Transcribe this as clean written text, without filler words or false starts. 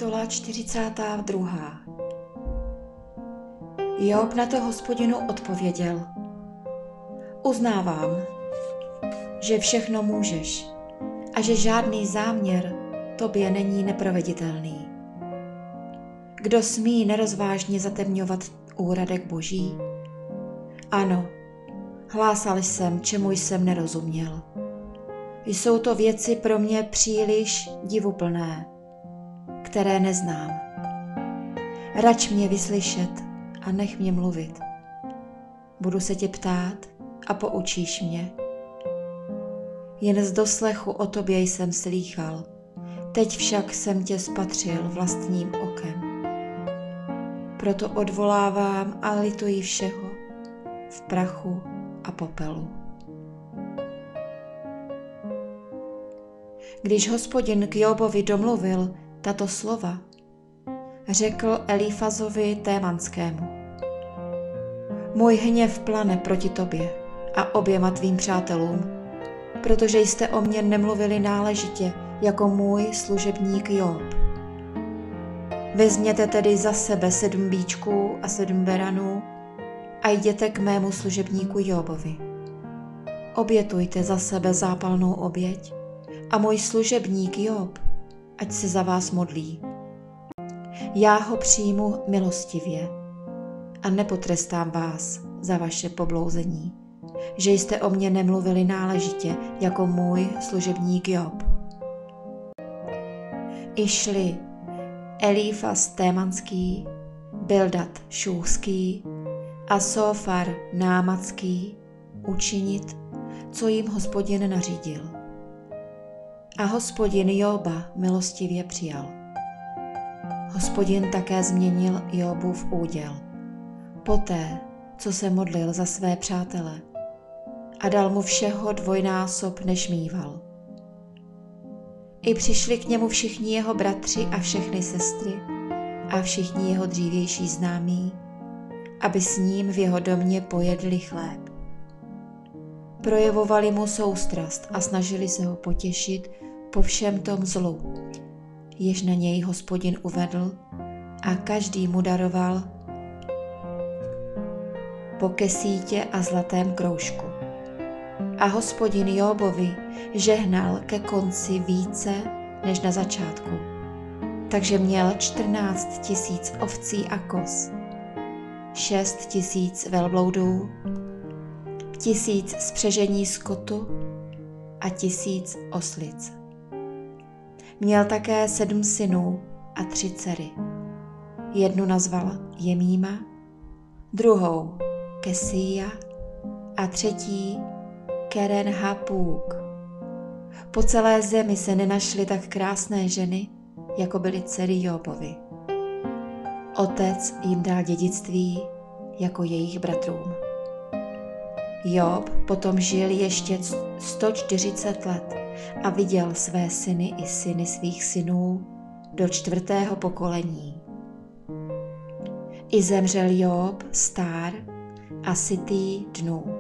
Kapitola 42. Job na to Hospodinu odpověděl: Uznávám, že všechno můžeš a že žádný záměr tobě není neproveditelný. Kdo smí nerozvážně zatemňovat úradek Boží? Ano, hlásal jsem, čemu jsem nerozuměl. Jsou to věci pro mě příliš divuplné, které neznám. Rač mě vyslyšet a nech mě mluvit. Budu se tě ptát a poučíš mě. Jen z doslechu o tobě jsem slýchal, teď však jsem tě spatřil vlastním okem. Proto odvolávám a lituji všeho v prachu a popelu. Když Hospodin k Jobovi domluvil tato slova, řekl Elifazovi Témanskému: Můj hněv plane proti tobě a oběma tvým přátelům, protože jste o mně nemluvili náležitě jako můj služebník Job. Vezměte tedy za sebe 7 býčků a 7 beranů a jděte k mému služebníku Jobovi. Obětujte za sebe zápalnou oběť a můj služebník Job, ať se za vás modlí. Já ho přijmu milostivě a nepotrestám vás za vaše poblouzení, že jste o mně nemluvili náležitě jako můj služebník Job. I šli Elifaz Témanský, Bildad Šúský a Sofar Námatský učinit, co jim Hospodin nařídil. A Hospodin Joba milostivě přijal. Hospodin také změnil Jobův úděl, poté, co se modlil za své přátele, a dal mu všeho dvojnásob, než mýval. I přišli k němu všichni jeho bratři a všechny sestry a všichni jeho dřívější známí, aby s ním v jeho domě pojedli chléb. Projevovali mu soustrast a snažili se ho potěšit po všem tom zlu, jež na něj Hospodin uvedl, a každý mu daroval po kesítě a zlatém kroužku. A Hospodin Jobovi žehnal ke konci více než na začátku, takže měl 14 000 ovcí a koz, 6 000 velbloudů, 1000 spřežení skotu a 1000 oslic. Měl také 7 synů a 3 dcery. Jednu nazval Jemíma, druhou Kesija a třetí Keren-Hapúk. Po celé zemi se nenašly tak krásné ženy, jako byly dcery Jobovi. Otec jim dal dědictví jako jejich bratrům. Job potom žil ještě 140 let a viděl své syny i syny svých synů do 4. pokolení. I zemřel Job stár a sytý dnů.